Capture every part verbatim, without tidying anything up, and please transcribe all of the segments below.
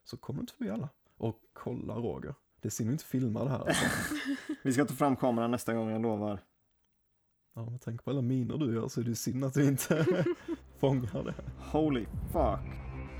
så kommer du inte förbi alla. Och kolla Roger, det ser ni inte filma det här. Alltså. Vi ska ta fram kameran nästa gång, jag lovar. Ja, men tänk på alla miner du gör så är det synd att du inte fångar det. Holy fuck.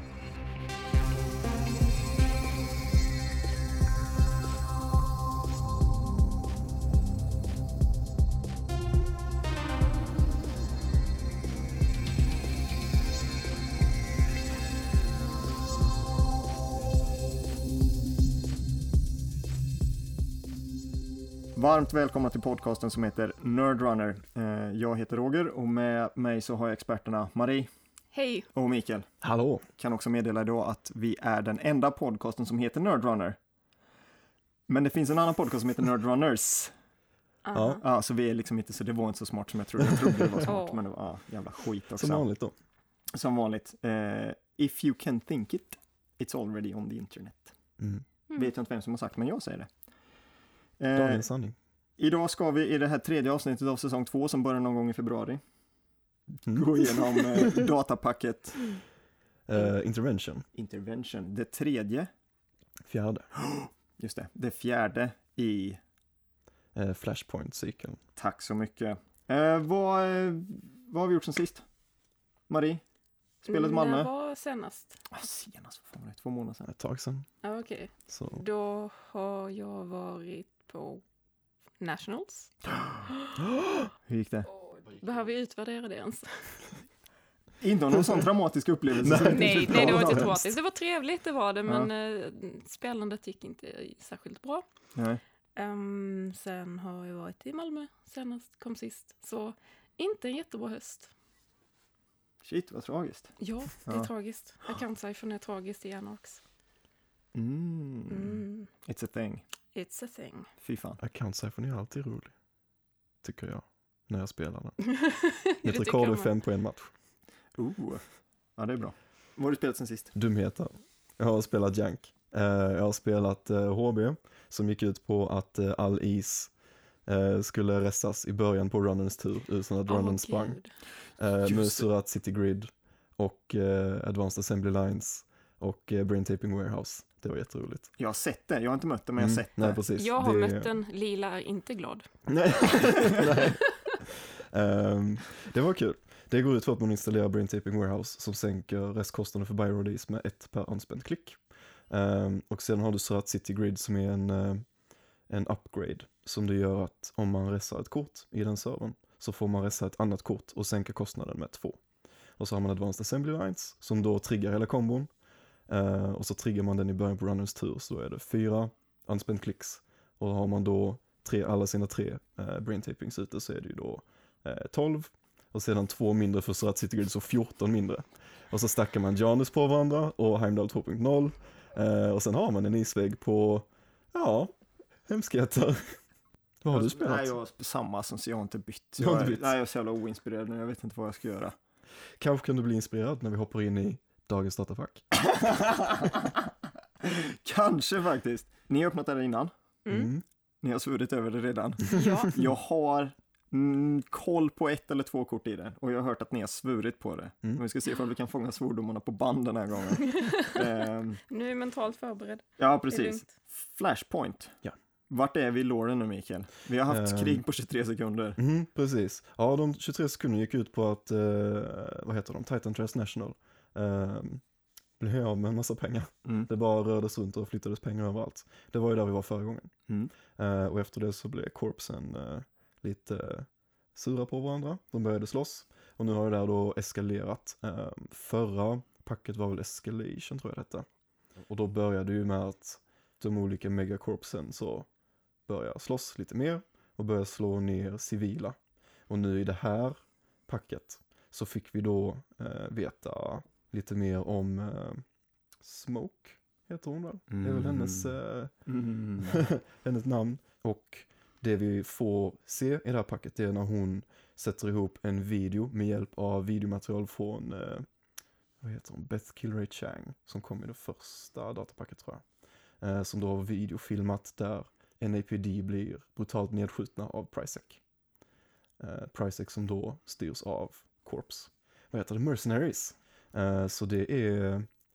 Varmt välkomna till podcasten som heter Nerdrunner. Jag heter Roger och med mig så har jag experterna Marie. Hej. Och Mikael. Hallå. Kan också meddela idag att vi är den enda podcasten som heter Nerdrunner. Men det finns en annan podcast som heter Nerdrunners. Ja. Ja, så vi är liksom inte så, det var inte så smart som jag trodde. Jag trodde det var smart, oh. men det var ah, jävla skit också. Som vanligt då. Som vanligt. Uh, if you can think it, it's already on the internet. Mm. Mm. Vet jag inte vem som har sagt, men jag säger det. Dagens sanning. Idag ska vi i det här tredje avsnittet av säsong två som börjar någon gång i februari Mm. gå igenom eh, datapacket Uh, intervention. Intervention. Det tredje. Fjärde. Just det. Det fjärde i Uh, Flashpoint-cykeln. Tack så mycket. Eh, vad, vad har vi gjort sen sist? Marie? Spelet Malmö? Det var senast. Ah, senast, vad fan var det? Två månader sedan. Ett tag sedan. Ja, okej. Så. Då har jag varit på Nationals. Hur gick det? Behöver vi utvärdera det ens? Inte någon sån dramatisk upplevelse. Nej, nej, nej, det var inte inte traumatiskt. Det var trevligt, det var det, men ja. Spelandet gick inte särskilt bra. Nej. Um, sen har jag varit i Malmö senast, kom sist. Så inte en jättebra höst. Shit, vad tragiskt. Ja, det är Ja. tragiskt. Account-cypher är tragiskt igen också. Mm. Mm. It's a thing. It's a thing. Fy fan. Account-cyphern är alltid rolig. Tycker jag. När jag spelar den. Det Ett tycker rekord jag är med. fem på en match. Oh. Ja, det är bra. Vad har du spelat sen sist? Dumheter. Jag har spelat Jank. Uh, jag har spelat uh, H B som gick ut på att uh, all is uh, skulle restas i början på runnens tur utan att Åh, runnen sprang. Gud. Uh, Just med det. Surat City Grid och uh, Advanced Assembly Lines och uh, Brain Taping Warehouse. Det var jätteroligt. Jag har sett det. Jag har inte mött det, men jag har Mm, sett det. Nej, precis. Jag har det... mött en, Lila är inte glad. Nej. Nej. Um, det var kul. Det går ut för att man installerar Brain Taping Warehouse som sänker restkostnaden för Biorelease med ett per anspänd klick. Um, och sen har du Surat City Grid som är en, uh, en upgrade som det gör att om man restar ett kort i den servern så får man resa ett annat kort och sänka kostnaden med två. Och så har man Advanced Assembly Lines som då triggar hela kombon. Uh, och så triggar man den i början på runners tur, så då är det fyra anspänd klicks. Och har man då tre, alla sina tre uh, brain tapings ute så är det ju då uh, tolv. Och sedan två mindre för Surat City Grid, så fjorton mindre. Och så stackar man Janus på varandra och Heimdall två punkt noll. Uh, och sen har man en isvägg på, ja, hemskheter. Vad har du spelat? Nej, jag har samma som så jag har inte bytt. Du har Jag, inte bytt. Nej, jag är så jävla oinspirerad nu. Jag vet inte vad jag ska göra. Kanske kan du bli inspirerad när vi hoppar in i dagens datafack. Kanske faktiskt. Ni har öppnat det innan. Mm. Mm. Ni har svurit över det redan. Ja. Jag har mm, koll på ett eller två kort i det. Och jag har hört att ni har svurit på det. Mm. Men vi ska se om vi kan fånga svordomarna på band den här gången. Ehm, Nu är jag mentalt förberedd. ja, Det är precis. lugnt. Flashpoint. Ja. Vart är vi i låren nu, Mikael? Vi har haft Ehm. krig på tjugotre sekunder. Mm, precis. Ja, de tjugotre sekunder gick ut på att, uh, vad heter de, Titan Transnational uh, blev av med en massa pengar. Mm. Det bara rördes runt och flyttades pengar överallt. Det var ju där vi var förra gången. Mm. Uh, och efter det så blev korpsen uh, lite uh, sura på varandra. De började slåss. Och nu har det där då eskalerat. Uh, förra packet var väl Escalation, tror jag detta. Och då började ju med att de olika megakorpsen så börjar slåss lite mer och börjar slå ner civila. Och nu i det här packet så fick vi då uh, veta lite mer om uh, Smoke, heter hon väl? Det är väl hennes, uh, Mm. hennes namn. Och det vi får se i det här packet är när hon sätter ihop en video med hjälp av videomaterial från uh, vad heter hon? Beth Kilray Chang som kom i det första datapacket, tror jag. Uh, som då har videofilmat där N A P D blir brutalt nedskjutna av Pryzek. Uh, Pryzek som då styrs av Corps. Vad heter det? Mercenaries. Uh, så det är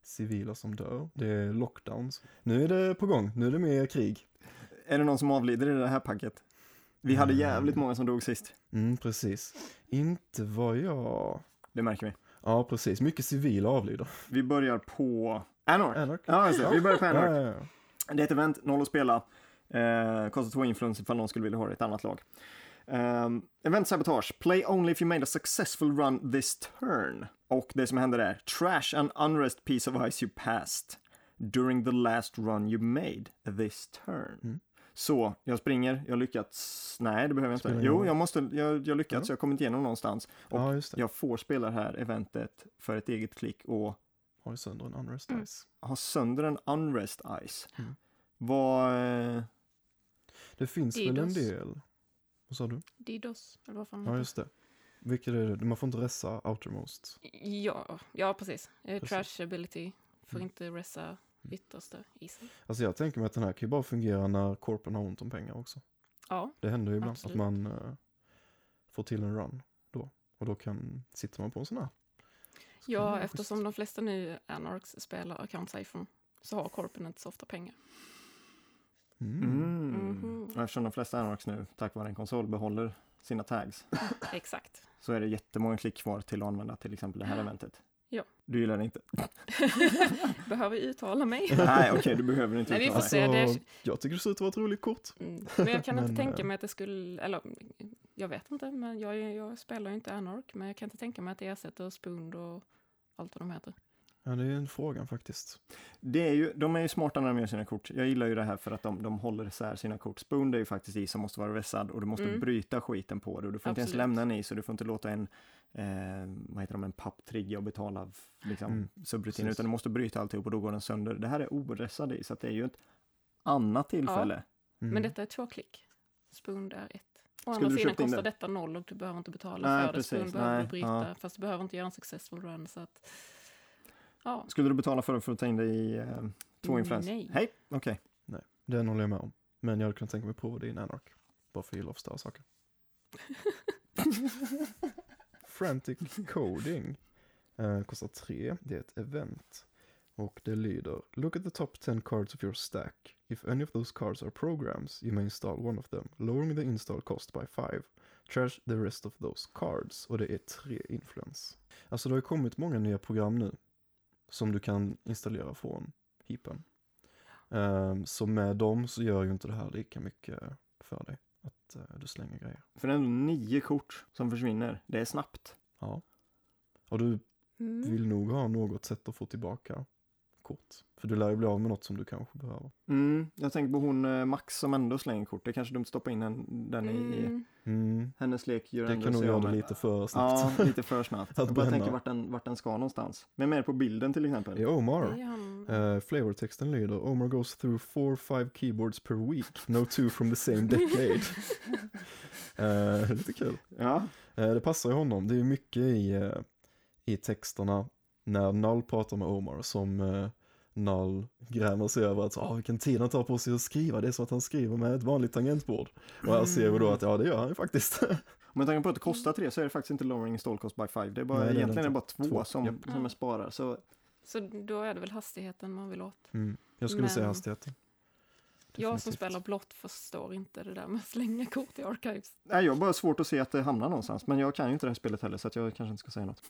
civila som dör. Det är lockdowns. Nu är det på gång, nu är det mer krig. Är det någon som avlider i det här packet? Vi hade jävligt många som dog sist. Mm, precis. Inte vad jag... Det märker vi. Ja, precis. Mycket civila avlider. Vi börjar på Anarch. Anarch. Ja, just det. Vi börjar på Anarch. Ja, ja, ja. Det är ett event, noll att spela. Eh, kostar två influence ifall någon skulle vilja ha det i ett annat lag. Um, event sabotage. Play only if you made a successful run this turn. Och det som händer är trash an unrest piece of ice you passed during the last run you made this turn. Mm. Så, jag springer, jag lyckats. Nej, det behöver jag inte. Spelar Jo, jag. jag måste, jag, jag lyckats, Ja. jag har kommit igenom någonstans. Och Ja, just det. jag får spela det här eventet för ett eget klick och Har ju sönder en unrest Mm. ice. ha sönder en unrest ice. Mm. Vad... eh, Det finns väl en Didos. del. Vad sa du? Didos, eller vad fan Ja, heter. just det. Vilket är det? Man får inte resa outermost. Ja, ja precis. Eh, Precis. Trash ability. Får Mm. inte resa yttersta isen. Alltså jag tänker mig att den här kan ju bara fungera när korpen har ont om pengar också. Ja, Det händer ju ibland Absolut. att man uh, får till en run då. Och då kan, sitter man på en sån här. Så kan det ja vara eftersom schysst. de flesta nu Anarchs spelar account siphon så har korpen inte så ofta pengar. Mm. Mm. Mhm. Och eftersom de flesta Anarchs nu, tack vare en konsol, behåller sina tags, Exakt. så är det jättemånga klick kvar till att använda till exempel det här eventet. Ja. Du gillar det inte? Behöver uttala mig. Nej, okej, du behöver inte Nej, vi uttala får dig. se. Alltså, det- jag tycker det ser ut att vara ett roligt kort. Mm. Men jag kan inte Men, tänka eh, mig att det skulle, eller jag vet inte, men jag, jag spelar ju inte Anarch, men jag kan inte tänka mig att det ersätter Spoon och allt vad de heter. Ja, det är en fråga faktiskt. Det är ju, de är ju smarta när de gör sina kort. Jag gillar ju det här för att de, de håller isär sina kort. Spoon, det är ju faktiskt is som måste vara resad och du måste Mm. bryta skiten på det. Och du får inte ens Absolut. lämna en is och du får inte låta en, eh, vad heter de, en papptrigga och betala liksom, Mm, subrutin, precis. utan du måste bryta alltihop och då går den sönder. Det här är oressad is, så att det är ju ett annat tillfälle. Mm. Men detta är två klick. Spoon är ett. Å Skulle andra du sidan köpt in kostar det? detta noll och du behöver inte betala Nej, för det. precis. Spoon behöver Nej, du bryta, ja. fast du behöver inte göra en successful run. Så att, ja. Skulle du betala för, för att ta in det i eh, två influens? Nej. Hej, okej. Den håller jag med om. Men jag hade kunnat tänka mig att prova det i en Anarch. Bara för att gilla att förstöra saker. Frantic Coding. Eh, kostar tre. Det är ett event. Och det lyder: Look at the top ten cards of your stack. If any of those cards are programs, you may install one of them, lowering the install cost by five. Trash the rest of those cards. Och det är tre influence. Alltså det har ju kommit många nya program nu som du kan installera från heapen. Um, så med dem så gör ju inte det här lika mycket för dig. Att uh, du slänger grejer. För det är ändå nio kort som försvinner. Det är snabbt. Ja. Och du Mm. vill nog ha något sätt att få tillbaka kort. För du lär ju bli av med något som du kanske behöver. Mm, jag tänker på hon eh, Max som ändå slänger kort. Det är kanske dumt att stoppa in en, den i Mm. Mm. hennes lek. Gör Det ändå kan nog sig göra av det med- lite för snabbt. Ja, lite för snabbt. Att Jag bara bränna. tänker vart den, vart den ska någonstans. Vem är det på bilden till exempel? I Omar. Det är han. Uh, flavortexten lyder: Omar goes through four five keyboards per week. No two from the same decade. uh, lite kul. Ja, Uh, det passar ju honom. Det är mycket i, uh, i texterna när Null pratar med Omar som uh, Null grämer sig över att oh, vilken tid han tar på sig att skriva. Det är som att han skriver med ett vanligt tangentbord. Och här ser vi då att ja, det gör han ju faktiskt. om man tänker på att det kostar tre så är det faktiskt inte lowering install cost by five. Det är bara, Nej, det är det egentligen är det inte. bara två, Två, som, japp. som är sparar. Så Så då är det väl hastigheten man vill åt. Mm. Jag skulle Men- säga hastigheten. Jag som Definitivt. spelar blått förstår inte det där med att slänga kort i archives. nej, jag har bara svårt att se att det hamnar någonstans. Men jag kan ju inte det här spelet heller så att jag kanske inte ska säga något.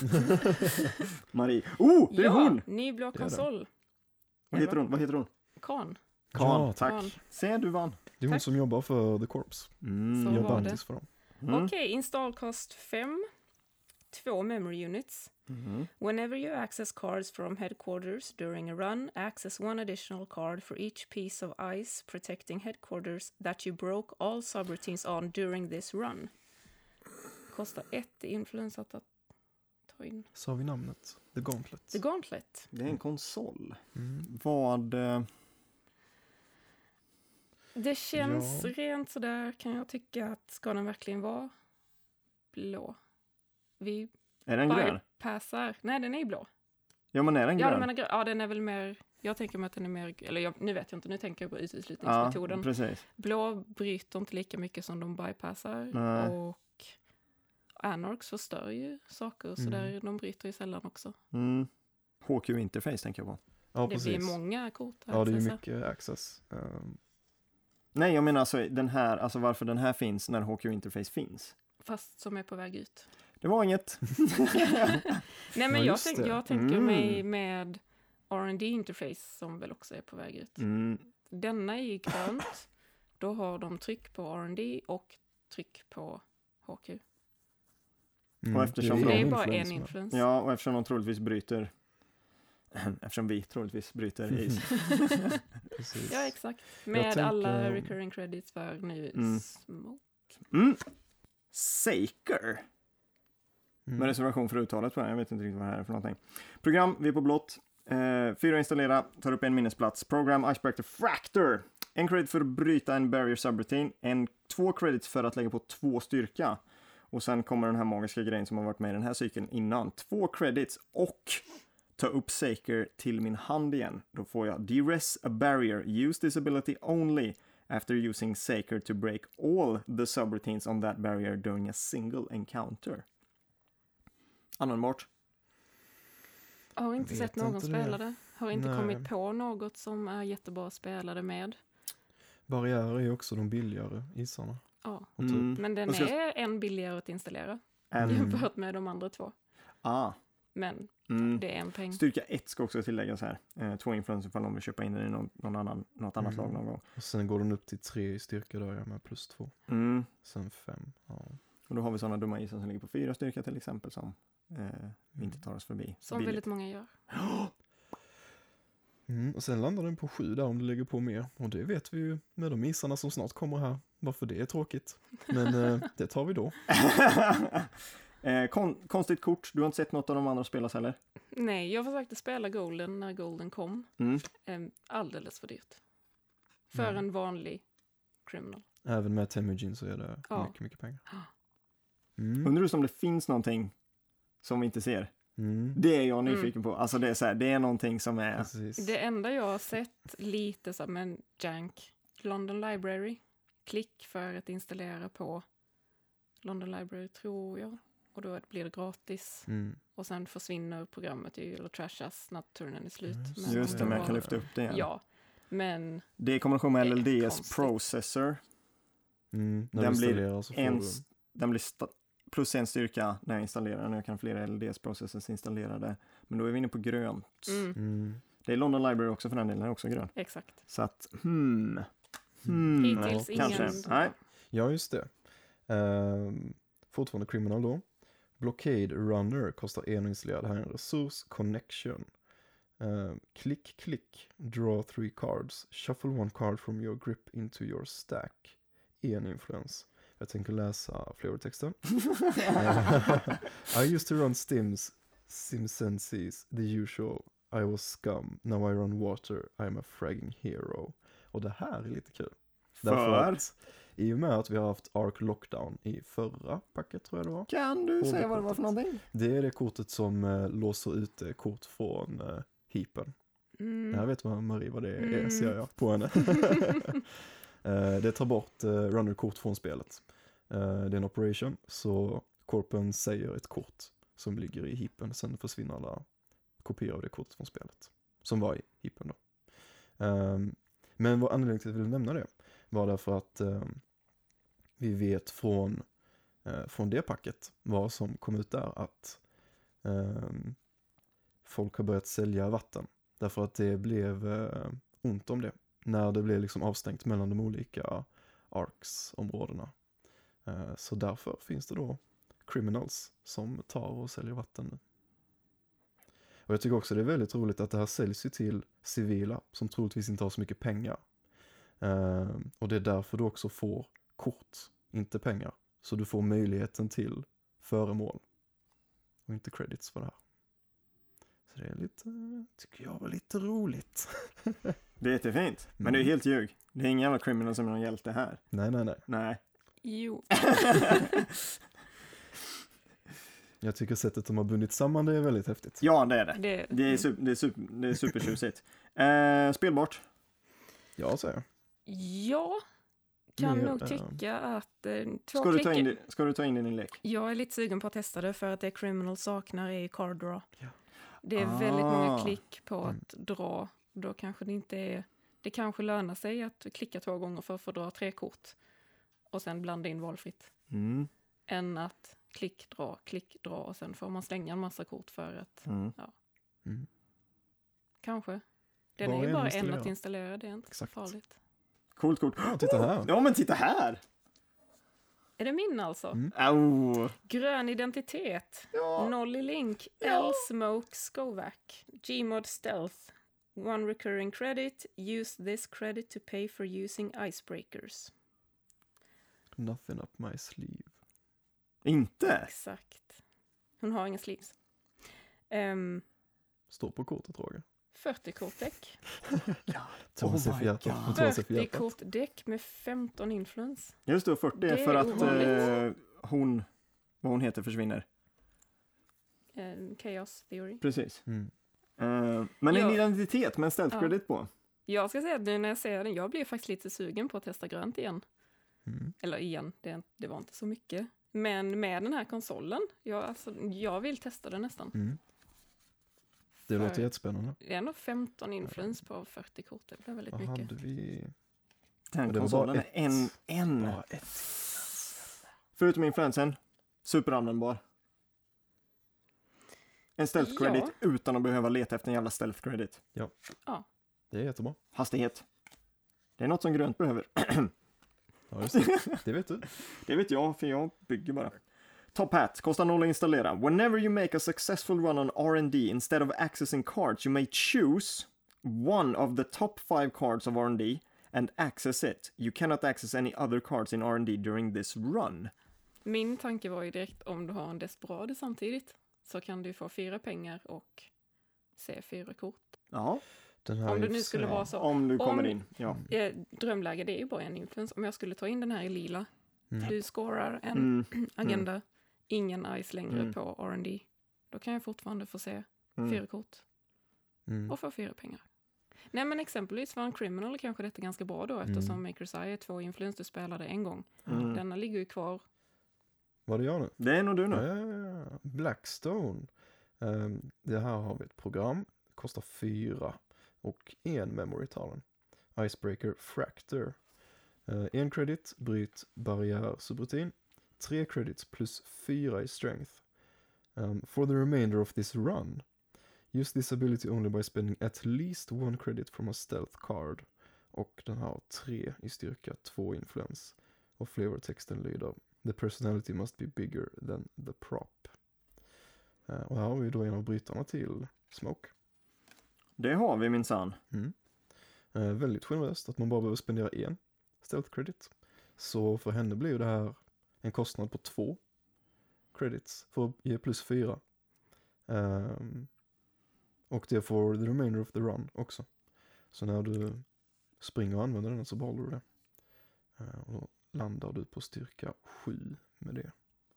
Marie. Oh, det är ja, hon! ny blå är det. konsol. Vad heter hon? Vad heter hon? Kan. Kan, Ja, tack. Kan. Se, du vann. Det är hon Tack. som jobbar för The Corps. Mm. Så Gör var det. bandis för dem. Mm. Okej, install cost fem. Två memory units. Mm. Whenever you access cards from headquarters during a run, access one additional card for each piece of ice protecting headquarters that you broke all subroutines on during this run. Kostar ett influens att ta in. Så har vi namnet. The Gauntlet. The Gauntlet. Det är en konsol. Mm. Vad... eh, Det känns Ja. rent sådär kan jag tycka att ska den verkligen vara blå? Vi Är den grön? bypassar. Nej, den är ju blå. Ja, men är den Ja, grön? du menar grön. Ja, den är väl mer... Jag tänker mig att den är mer... Eller jag, nu vet jag inte, nu tänker jag på Ja, uteslutningsmetoden. precis. Blå bryter inte lika mycket som de bypassar. Nej. Och Anarchs förstör ju saker, så Mm. där, de bryter ju sällan också. Mm. H Q-interface tänker jag på. Ja, Det precis. blir många kort. Ja, det är ju accessar. mycket access. Um, Nej, jag menar alltså den här, alltså varför den här finns när H Q-interface finns. Fast som är på väg ut. Det var inget. Nej, men Ja, jag, just tänk, det. jag tänker Mm. mig med R and D-interface som väl också är på väg ut. Mm. Denna är grönt. Då har de tryck på R and D och tryck på H Q. mm, Och eftersom ju de- Det är en bara en influens med. influence. Ja, och eftersom de troligtvis bryter eftersom vi troligtvis bryter is. Precis. Ja, exakt. Med tänker- alla recurring credits för nu Mm. Smoke. Mm. Saker. Mm. Med reservation för uttalet på den. Jag vet inte riktigt vad det här är för någonting. Program, vi är på blått. Eh, fyra installera, tar upp en minnesplats. Program, Icebreaker, Fractor. En credit för att bryta en barrier subroutine. En, två credits för att lägga på två styrka. Och sen kommer den här magiska grejen som har varit med i den här cykeln innan. Två credits och ta upp Saker till min hand igen. Då får jag de-res a barrier. Use this ability only after using Saker to break all the subroutines on that barrier during a single encounter. Användbart. Jag har inte Vet sett någon inte spela det. det. Har inte Nej. kommit på något som är jättebra att spela det med. Barriärer är ju också de billigare isarna. Ja. att ta upp. Mm. Men den Jag ska- är en billigare att installera En, Mm. jämfört med de andra två. ah, Men mm. det är en peng. Styrka ett ska också tilläggas här. Eh, två influenser för någon vill köpa in den i någon, någon annan, något annat Mm. lag någon gång. Och sen går den upp till tre i styrka där ja, med plus två. Mm. Sen fem. Ja. Och då har vi sådana dumma isar som ligger på fyra styrka till exempel som eh, vi inte tar oss förbi. Som Billigt. väldigt många gör. Mm. Och sen landar den på sju där om du lägger på mer. Och det vet vi ju med de isarna som snart kommer här. Varför det är tråkigt. Men eh, det tar vi då. eh, kon- konstigt kort. Du har inte sett något av de andra spelas heller? Nej, jag försökte spela Golden när Golden kom. Mm. Ehm, alldeles för dyrt. För Mm. en vanlig criminal. Även med Temujin så är det Ja. mycket, mycket pengar. Mm. Undrar du om det finns någonting som vi inte ser? Mm. Det är jag nyfiken på. Alltså det är så här, det är någonting som är... Precis. Det enda jag har sett lite som en jank. London Library. Klick för att installera på London Library tror jag. Och då blir det gratis. Mm. Och sen försvinner programmet ju, eller trashas när turnen är slut. Just Men Just det, men jag kan bara- lyfta upp det igen. Ja, men Det är i kombination med Det är L L Ds konstigt. processor. Mm. När Den du blir installerar så får En, du... s- den blir sta- plus en styrka när jag installerar den. Jag kan ha flera L L Ds processors installerade. Men då är vi inne på grönt. mm, Mm. Det är London Library också för den delen, är också grön. exakt. Så att, hmm. hmm Hittills ja, ingen... kanske. Nej. Ja, just det. Ehm, fortfarande criminal då. Blockade Runner kostar en installerad. Här är en resurs connection. Ehm, klick, klick. Draw three cards. Shuffle one card from your grip into your stack. En influens. Jag tänker läsa flavortexten. I used to run stims, simsenses, the usual. I was scum. Now I run water. I'm a fragging hero. Och det här är lite kul. Därför För, att i och med att vi har haft Ark Lockdown i förra packet tror jag det var. kan du Och säga det vad det var för kortet. någonting? Det är det kortet som eh, låser ut eh, kort från eh, heapen. Mm. Jag vet vad Marie vad det är, Mm. ser jag på henne. eh, det tar bort eh, runner-kort från spelet. Eh, det är en operation, så korpen säger ett kort som ligger i heapen. Sen försvinner alla kopior av det kortet från spelet. Som var i heapen då. Um, men vad anledningen till att jag ville nämna det var därför att um, vi vet från, uh, från det packet vad som kom ut där att um, folk har börjat sälja vatten. Därför att det blev uh, ont om det när det blev liksom avstängt mellan de olika arcs-områdena. Uh, så därför finns det då criminals som tar och säljer vatten nu. Och jag tycker också det är väldigt roligt att det här säljs ju till civila som troligtvis inte har så mycket pengar. Uh, och det är därför du också får kort, inte pengar. Så du får möjligheten till föremål. Och inte credits för det här. Så det är lite, tycker jag var lite roligt. Det är jättefint. Men det är helt ljug. Det är ingen jävla criminal som är någon hjälte här. Nej, nej, nej. Nej. Jo. Jag tycker sättet de har bundit samman det är väldigt häftigt. Ja, det är det. Det, Det är, super, det är, super, det är supertjusigt. Eh, spelbart. Ja, säger jag. Jag kan Mer, nog eh, tycka att eh, två Ska du, ta in, klickar... det- ska du ta in den i din lek? Jag är lite sugen på att testa det för att det Criminal saknar är card draw. Det är Ah. väldigt många klick på Mm. att dra. Då kanske det inte är... Det kanske lönar sig att klicka två gånger för att få dra tre kort. Och sen blanda in valfritt. Mm. Än att klick, dra, klick, dra. Och sen får man slänga en massa kort för att... Mm. Mm. Kanske. Den Bara är ju en bara en installera. att installera. Det är inte Exakt. så farligt. Coolt, coolt. Ja, titta här. Ja, men titta här! Är det min alltså? Mm. Au! Grön identitet. Ja. Nolly Link. Ja. L-Smoke Skovac. Gmod Stealth. One recurring credit. Use this credit to pay for using icebreakers. Nothing up my sleeve. Inte? Exakt. Hon har inga sleeves. Um, Står på kortet, Roger. fyrtio kortdäck. Thomas Oh är my för hjärtat. God. Men Thomas är för fyrtio hjärtat. kortdäck med femton influence. Just det, fyrtio är Det är för att ovanligt. eh, hon, vad hon heter, försvinner. Um, chaos theory. Precis. Mm. Eh, men en Ja. identitet med en stealth Ja. credit på. Jag ska säga att nu när jag ser den, jag blir faktiskt lite sugen på att testa grönt igen. Mm. Eller igen, det, det var inte så mycket. Men med den här konsolen, jag, alltså, jag vill testa den nästan. Mm. Det För låter jättespännande. Det är ändå femton influence på fyrtio kort, det blir väldigt Vad mycket. hade vi? Den Och det var konsolen bara är en, en. Bara ett. Förutom influensen, superanvändbar. En stealth Ja. credit utan att behöva leta efter en jävla stealth credit. Det är jättebra. Hastighet. Det är något som grönt behöver. Ja, just det. Det vet du. Det vet jag, för jag bygger bara. Top Hat, kostar noll att installera. Whenever you make a successful run on R and D instead of accessing cards, you may choose one of the top five cards of R and D and access it. You cannot access any other cards in R and D during this run. Min tanke var ju direkt, om du har en Desperade samtidigt, så kan du få fyra pengar och se fyra kort. Ja, Den här Om i det och nu för skulle sig- vara så. om du kommer Om- in. Ja. Eh, drömläge, det är ju bara en influence. Om jag skulle ta in den här i lila, Mm. du scorar en Mm, agenda, ingen ice längre Mm. på R and D. Då kan jag fortfarande få se mm. fyra kort Mm. och få fyra pengar. Nej, men exempelvis för en criminal kanske detta är ganska bra då, eftersom Mm. Maker's Eye är två influence, du spelade en gång. Mm. Denna ligger ju kvar. Vad det gör nu? Det är nog du Ja, nu. ja, ja, ja. Blackstone. Um, det här har vi ett program. Kostar fyra. Och en memory talen. Icebreaker Fractor. Uh, en credit, bryt barriär subrutin. Tre credits plus fyra i strength. Um, for the remainder of this run. Use this ability only by spending at least one credit from a stealth card. Och den har tre i styrka, två influens. Och flavortexten lyder: The personality must be bigger than the prop. Uh, och här har vi då en av brytarna till Smoke. Det har vi minsann. Mm. Uh, väldigt generöst att man bara behöver spendera en stealth credit. Så för henne blir ju det här en kostnad på två credits för att ge plus fyra. Um, och det får the remainder of the run också. Så när du springer och använder den så behåller du det. Uh, och då landar du på styrka sju med det.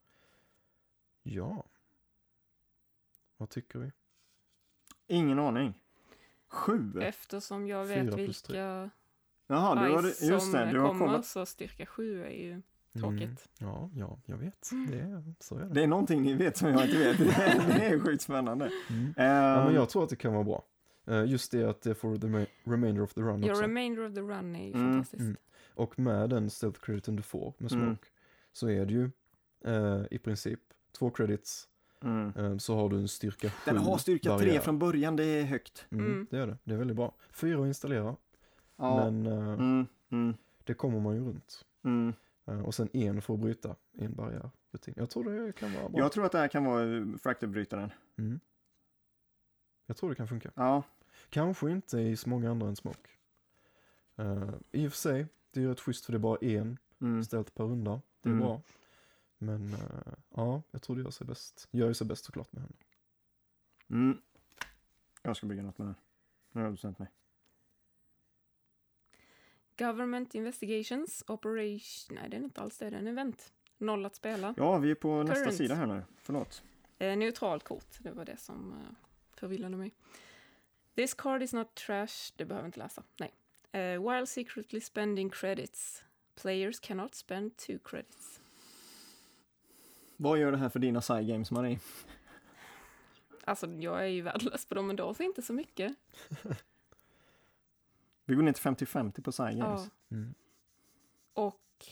Ja. Vad tycker vi? Ingen aning. Sju? Eftersom jag Fyra vet plus tre. vilka Jaha, du har, ice just som det. Du har kommer, kollat. så styrka sju är ju tråkigt. Mm. Ja, ja, jag vet. Det är, så är det. Det är någonting ni vet som jag inte vet. Det är sjukt spännande. Mm. Ehm, Ja, men jag tror att det kan vara bra. Eh, just det att det får the ma- remainder of the run Ja, också. remainder of the run är ju Mm, fantastiskt. mm. Och med den stealth crediten du får med Mm. Smoke så är det ju eh, i princip två credits mm. eh, så har du en styrka sju Den har styrka tre barriär. från början, det är högt. Mm, Mm. Det är det. Det är väldigt bra. Fyra att installera, Ja. men eh, Mm, mm, det kommer man ju runt. mm. Eh, och sen en för att bryta en barriär. Jag tror det kan vara bra. Jag tror att det här kan vara Fractal-brytaren. Mm. Jag tror det kan funka. Ja. Kanske inte i så många andra än Smoke. Uh, I och för sig, det är ju rätt schysst för det är bara en Mm. ställt per runda. Det är Mm. bra. Men uh, ja, jag tror det gör sig bäst. Gör ju sig bäst såklart med henne. Mm. Jag ska bygga något med den. Nu har jag bestämt mig. Government Investigations Operation... Nej, det är inte alls det. Det är en event. Noll att spela. Ja, vi är på nästa Current. sida här nu. Förlåt. Eh, neutralt kort. Det var det som eh, förvillade mig. This card is not trash. Det behöver jag inte läsa. Nej. Eh, while secretly spending credits. Players cannot spend two credits. Vad gör det här för dina side games, Marie? Alltså, jag är ju värdelös på dem ändå, så inte så mycket. Vi går ner till femtio femtio på Sci Games. Ja. Mm. Och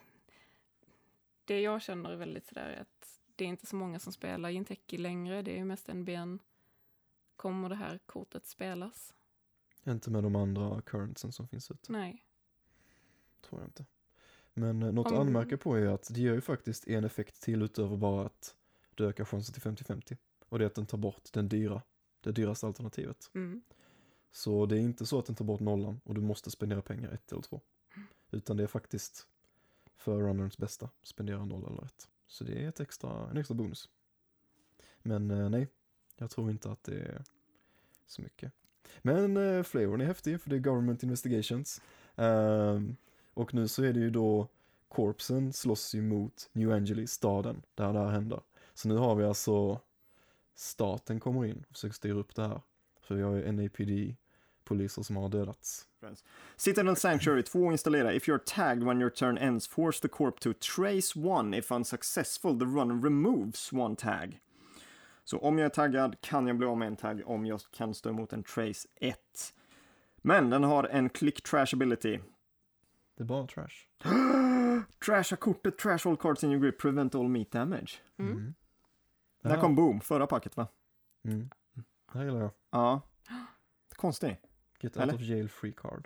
det jag känner är väldigt sådär att det är inte så många som spelar Jinteki längre. Det är ju mest N B N. Kommer det här kortet spelas? Inte med de andra currentsen som finns ute. Nej. Tror jag inte. Men eh, något Om- att anmärka på är att det ger ju faktiskt en effekt till utöver bara att det ökar chansen till femtio femtio. Och det är att den tar bort den dyra, det dyraste alternativet. Mm. Så det är inte så att den tar bort nollan och du måste spendera pengar ett eller två. Utan det är faktiskt för runnerns bästa, spendera noll eller ett. Så det är ett extra, en extra bonus. Men eh, nej, jag tror inte att det är så mycket. Men eh, flavorn är häftig för det är government investigations. Ehm, och nu så är det ju då Corpsen slåss ju mot New Angeles, staden, där det här händer. Så nu har vi alltså staten kommer in och försöker styra upp det här. För vi har ju N A P D, poliser som har dödats. Citadel Sanctuary två installera. If you're tagged when your turn ends, force the corp to trace one. If unsuccessful, the runner removes one tag. Så om jag är taggad kan jag bli av med en tagg om jag kan stå emot en trace ett. Men den har en click trash ability. Det är bara trash. Trasha kortet, trash all cards in your grip, prevent all meat damage. Mm. Mm. Där kom boom, förra packet va? Mm. Det här gillar jag. Ja. Konstigt. Get out Eller? of jail free card.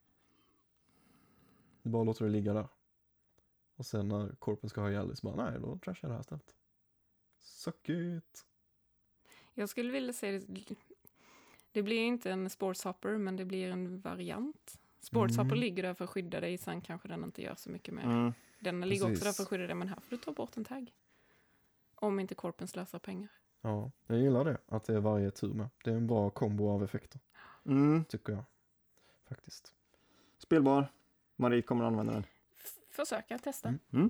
Du bara låter det ligga där. Och sen när korpen ska ha ihjäl så bara, nej, då trashar jag det här istället. Suck it. Jag skulle vilja säga det, det blir inte en sportshopper, men det blir en variant. Sportshopper Mm. ligger där för att skydda dig, sen kanske den inte gör så mycket mer. Mm. Den ligger också Precis. där för att skydda dig, men här får du ta bort en tagg. Om inte korpen slösar pengar. Ja, jag gillar det. Att det är varje tur med. Det är en bra kombo av effekter, Mm. tycker jag. Faktiskt. Spelbar. Marie kommer använda den. F- försöka testa. Mm. Mm.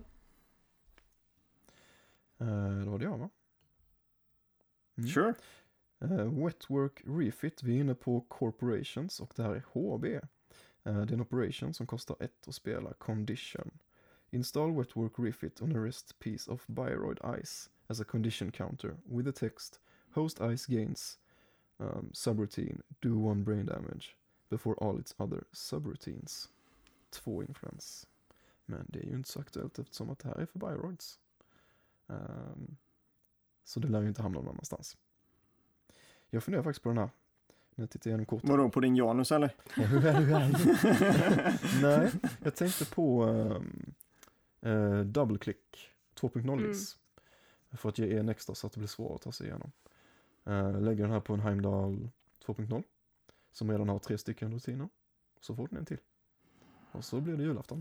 Eh, då var det jag, va? Mm. Sure. Uh, Wetwork Refit, vi är inne på Corporations och det här är H B. Uh, det är en operation som kostar ett att spela. Condition. Install Wetwork Refit on a rest piece of Bioroid Ice as a condition counter with the text Host Ice gains um, subroutine, do one brain damage before all its other subroutines. Två influens. Men det är ju inte så aktuellt eftersom att det här är för Bioroids. Um, så det lär ju inte hamna någon annanstans. Jag funderar faktiskt på den här. När jag tittar igenom korten. Vadå, på din Janus eller? Nej, jag tänkte på um, uh, double click två punkt noll-vis. Mm. För att ge en extra så att det blir svårt att ta sig igenom. Uh, lägger den här på en Heimdall två punkt noll. Som redan har tre stycken rutiner. Så får den en till. Och så blir det julafton.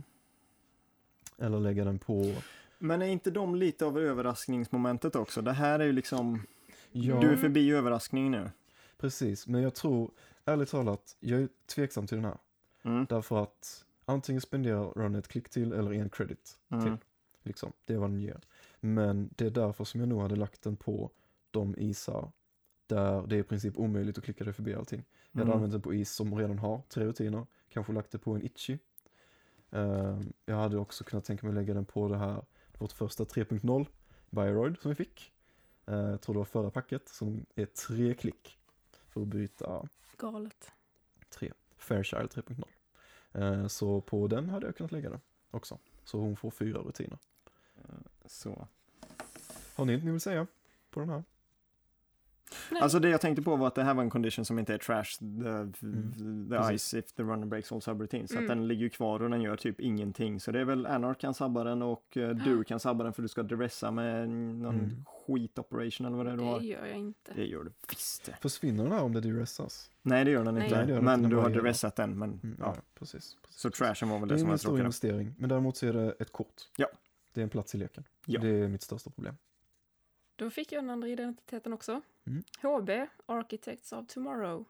Eller lägga den på... Men är inte de lite av överraskningsmomentet också? Det här är ju liksom... Ja, Du är förbi överraskning nu. precis. Men jag tror, ärligt talat, jag är tveksam till den här. Mm. Därför att antingen spenderar Run ett klick till eller en credit Mm. till. Liksom, det är vad den ger. Men det är därför som jag nog hade lagt den på de isar där det är i princip omöjligt att klicka det förbi allting. Jag hade Mm. använt den på is som redan har tre rutiner. Kanske lagt det på en itchy. Uh, jag hade också kunnat tänka mig att lägga den på det här, vårt första tre punkt noll Bioroid som vi fick. Uh, jag tror det var förra packet som är tre klick för att byta Galet. tre. Fairchild tre punkt noll. Uh, så på den hade jag kunnat lägga den också. Så hon får fyra rutiner. Så. Har ni inte ni vill säga på den här? Nej. Alltså det jag tänkte på var att det här var en condition som inte är trash the, Mm. the Precis. ice if the runner breaks all subroutines. Så Mm. att den ligger ju kvar och den gör typ ingenting. Så det är väl Anarch kan sabba den och uh, du kan sabba den för du ska dressa med någon Mm. skit-operation eller vad det är du Det har. gör jag inte. Det gör du visst det. Försvinner den här om det duressas? Nej det gör den Nej. inte. Nej, det gör den men inte, den du bara har gör det. dressat den. Men, Mm, ja. ja, precis. precis. Så trashen var väl Det det är som ingen jag stor tråkade. investering, men däremot så är det ett kort. Ja. Det är en plats i leken. Ja. Det är mitt största problem. Då fick jag den andra identiteten också. Mm. H B, Architects of Tomorrow.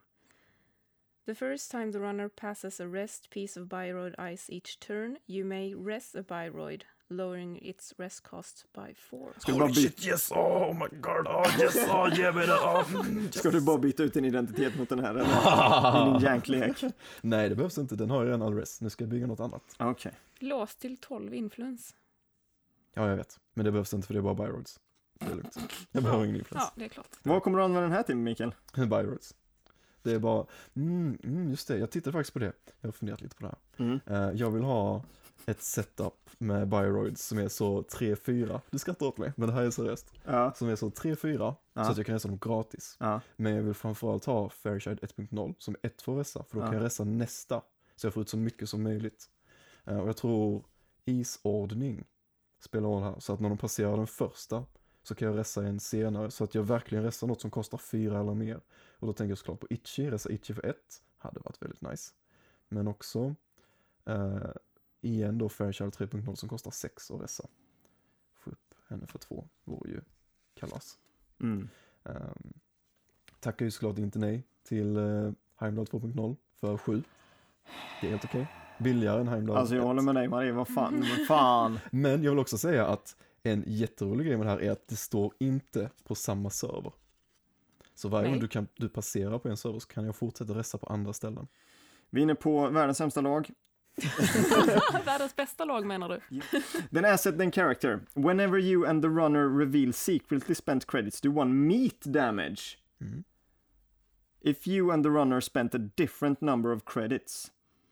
The first time the runner passes a rest piece of Bioroid ice each turn, you may rest a Bioroid, lowering its rest cost by four. Ska du bara byta, yes, oh my god, oh yes, oh yeah, men, oh, yes. ska du bara byta ut din identitet mot den här eller? I din janklek. Nej, det behövs inte, den har ju redan all rest. Nu ska jag bygga något annat. Okej. Låst till tolv influens. Ja, jag vet. Men det behövs inte för det är bara Bioroids. Det är lugnt. Jag behöver ingen influens. Ja, det är klart. Vad kommer du använda den här till, Mikael? Byroids. Det är bara, mm, mm, just det, jag tittade faktiskt på det. Jag har funderat lite på det här. Mm. Uh, jag vill ha ett setup med Byroids som är så tre fyra. Du skrattar åt mig, men det här är seriöst. Ja. Som är så tre fyra, Ja. så att jag kan resa dem gratis. Ja. Men jag vill framförallt ha Fairchild ett punkt noll som är ett för att resa, för då Ja. kan jag resa nästa. Så jag får ut så mycket som möjligt. Uh, och jag tror isordning spelar roll här. Så att när de passerar den första så kan jag resa en senare. Så att jag verkligen resar något som kostar fyra eller mer. Och då tänker jag såklart på Itchy. Resa Itchy för ett hade varit väldigt nice. Men också uh, igen då Fairchild tre punkt noll som kostar sex att resa. Få upp henne för två vore ju kalas. Mm. Um, tackar ju såklart inte nej till uh, Heimdall två punkt noll för sju. Det är helt okej. Billigare än Heimdall. Alltså jag ett. håller med dig, Marie. Vad fan? Vad fan? Men jag vill också säga att en jätterolig grej med det här är att det står inte på samma server. Så varje Nej. gång du, kan, du passerar på en server så kan jag fortsätta resa på andra ställen. Vi är inne på världens sämsta lag. Världens bästa lag menar du? Den asset, den character. Whenever you and the runner reveal secretly spent credits, do one meat damage. Mm. If you and the runner spent a different number of credits.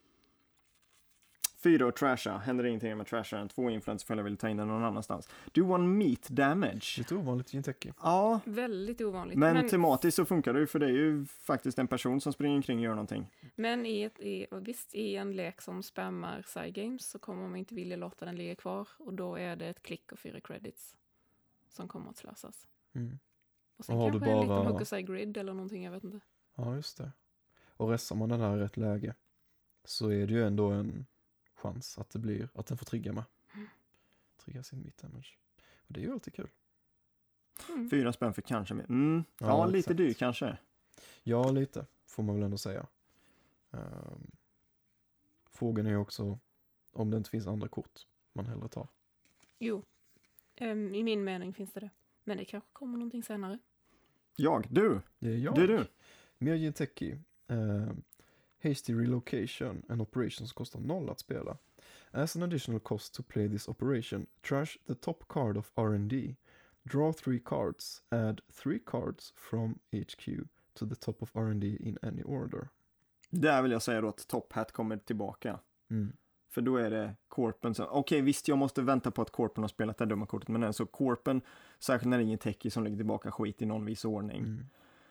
Fyra och trasha. Händer ingenting med trasharen. Två influencer för jag vill ta in den någon annanstans. Do one meat damage. Lite ovanligt i en techie. Ja, Väldigt ovanligt. men, Men, tematiskt så funkar det ju för det är ju faktiskt en person som springer omkring och gör någonting. men i, ett, i, och visst, i en lek som spammar side games så kommer man inte vilja låta den ligga kvar. Och då är det ett klick och fyra credits som kommer att slösas. Mm. Och sen Och har kanske du en bara- liten Hokusai grid eller någonting, jag vet inte. Ja, just det. Och restar man den här i rätt läge så är det ju ändå en chans att det blir, att den får trigga med. Mm. Trigga sin meat damage. Och det är ju alltid kul. Mm. Fyra spänn för kanske mer. Mm. Ja, Ja, lite exakt. dyr kanske. Ja, lite får man väl ändå säga. Um, frågan är ju också om det inte finns andra kort man hellre tar. Jo, Ehm, i min mening finns det det. Men det kanske kommer någonting senare. Jag, du, Det är jag. det är du. Mer Techie. Um, hasty relocation, en operation som kostar noll att spela. As an additional cost to play this operation, trash the top card of R and D. Draw three cards. Add three cards from H Q to the top of R and D in any order. Där vill jag säga då att Top Hat kommer tillbaka. Mm. För då är det Corpen som, okej okay, visst jag måste vänta på att Corpen har spelat det dumma kortet, men så Corpen, särskilt när det är ingen techie som lägger tillbaka skit i någon viss ordning. Mm.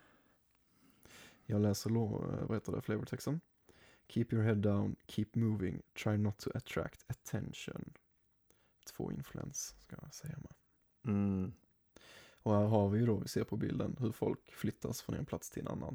Jag läser lo- vad heter det, flavortexten. Keep your head down, keep moving, try not to attract attention. Två influens ska jag säga med. Mm. Och här har vi ju då, vi ser på bilden hur folk flyttas från en plats till en annan.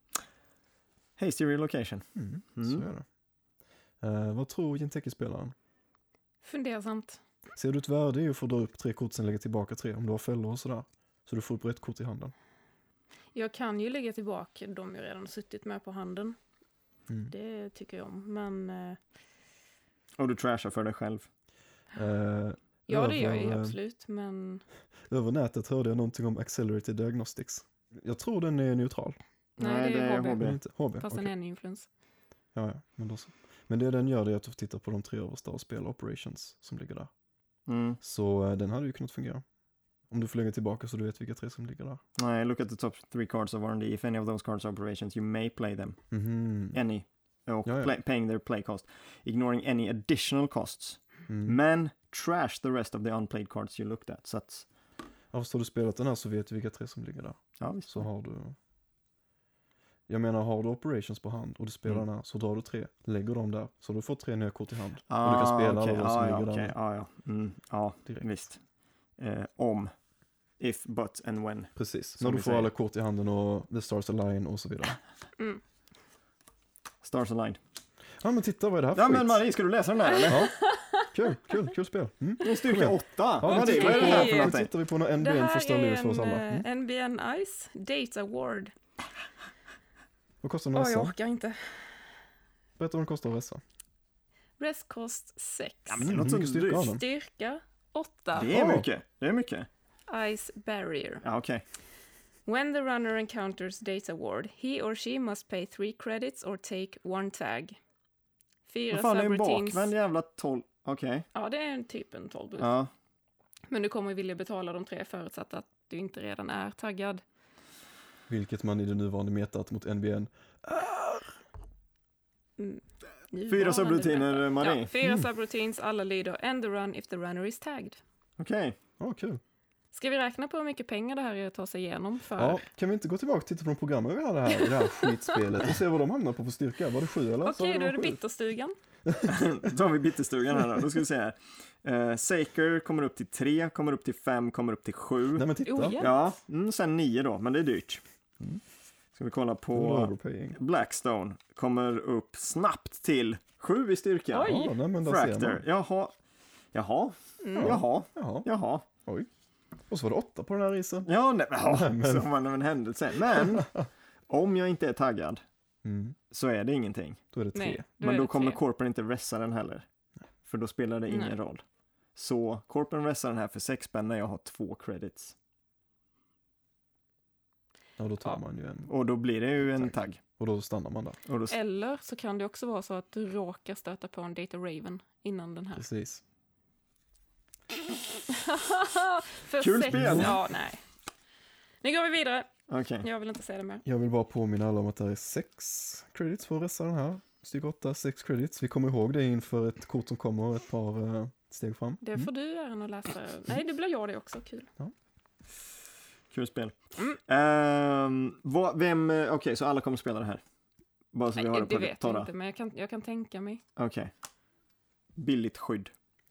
Hasty relocation. Mm, Mm. Så är det. Uh, vad tror Jinteki-spelaren? Fundersamt. Ser du ett värde i att få dra upp tre kort sen lägga tillbaka tre om du har fällor och sådär? Så du får upp rätt kort i handen. Jag kan ju lägga tillbaka de jag redan suttit med på handen. Mm. Det tycker jag om. Men eh, Och du trashar för dig själv. Uh, ja, det gör jag ju över, absolut. Men över nätet hörde jag någonting om Accelerated Diagnostics. Jag tror den är neutral. nej, det är H B. H B. Men inte H B. Fast okej. den är en influens. Ja, ja, men då så. Men det den gör det är att du får titta på de tre översta och spela operations som ligger där. Mm. Så uh, den hade ju kunnat fungera. Om du får lägga tillbaka så du vet vilka tre som ligger där. Nej, look at the top three cards of R and D. If any of those cards are operations, you may play them. Mhm. Any. Och Ja, ja. play, paying their play cost. Ignoring any additional costs. Mm. Men trash the rest of the unplayed cards you looked at. Så att, Ja, fast har du spelat den här så vet du vilka tre som ligger där. ja visst. Så har du... Jag menar, har du operations på hand och du spelar Mm. den här så drar du tre, lägger dem där. Så du får tre nya kort i hand. Ah, och du kan spela okej. alla de som ah, ligger ja, där okej. med ah, ja. Mm, ja, direkt. visst. Eh, om. If, but and when. Precis, Som när du vi får säger. alla kort i handen och the stars align och så vidare. Mm. Stars aligned. Ja, men titta, vad är det här för Ja skit? men Marie, ska du läsa den där eller? Ja, kul, kul, kul spel. Mm. Det är styrka Kom igen. åtta. Ja, vad, nu är det? tittar vad är det vi här på- för Nu någonting? tittar vi på när N B Det N här förstör livet för oss är alla. en Mm. eh, N B N Ice Data Award. Vad kostar en Åh, jag resa? orkar inte. Berätta vad den kostar att resa. Restkost sex. Ja, men det Mm, låter så mycket styrka dyrt. har den. Styrka åtta. Det är Ja. mycket. Det är mycket. Ice Barrier. Ja, okej. When the runner encounters Data Ward, he or she must pay three credits or take one tag. Fyra Vad fan är en subroutines. bakvänd jävla tolv? Okej. Ja, det är en typ en tolv. Ja. Men du kommer ju vilja betala de tre förutsatt att du inte redan är taggad. Vilket man i det nuvarande metat mot N B N Mm. Fyra subrutiner, Marie. Ja, fyra subroutines, alla lyder end the run if the runner is tagged. Okej. Ja, kul. Ska vi räkna på hur mycket pengar det här är att ta sig igenom för? Ja, kan vi inte gå tillbaka och titta på de programmen vi hade här i det här skitspelet och se vad de hamnar på för styrka? Var det sju eller? Okej, okay, då är det bitterstugan. Då har vi bitterstugan här då. Då ska vi se här. Uh, Saker kommer upp till tre, kommer upp till fem, kommer upp till sju. Nej, men titta. Oh, yeah. Ja, mm, sen nio då, men det är dyrt. Mm. Ska vi kolla på Overpaying. Blackstone. Kommer upp snabbt till sju i styrka. Oj. Ja, nej, men där ser Fractor. man. Jaha. Jaha. Mm. Jaha. Jaha, Jaha. oj. Och så var det åtta på den här isen. Ja, nej, ja, Nej, men- som var en händelse. Men om jag inte är taggad Mm. så är det ingenting. Då är det tre. Nej, Men är då det kommer tre. Corpen inte ressa den heller. För då spelar det ingen Nej. roll. Så Corpen ressar den här för sex spänn när jag har två credits. Ja, då tar Ja. man ju en. Och då blir det ju en Tack. tagg. Och då stannar man där. Och då... Eller så kan det också vara så att du råkar stöta på en Data Raven innan den här. Precis. För Kul sex, spel. Ja, nej. Nu går vi vidare. Okej. Jag vill inte säga det mer. Jag vill bara påminna alla om att det är sex credits för att resa den här. Steg åtta, sex credits. Vi kommer ihåg det inför ett kort som kommer ett par uh, steg fram. Det får du göra och läsa. Nej, det blir jag det också. Kul. Kul spel. Mm. Ehm, vad, vem... Okej, okay, så alla kommer spela det här? Bara så vi har Nej, det det på vet torra. jag inte, men jag kan, jag kan tänka mig. Okej. Billigt skydd.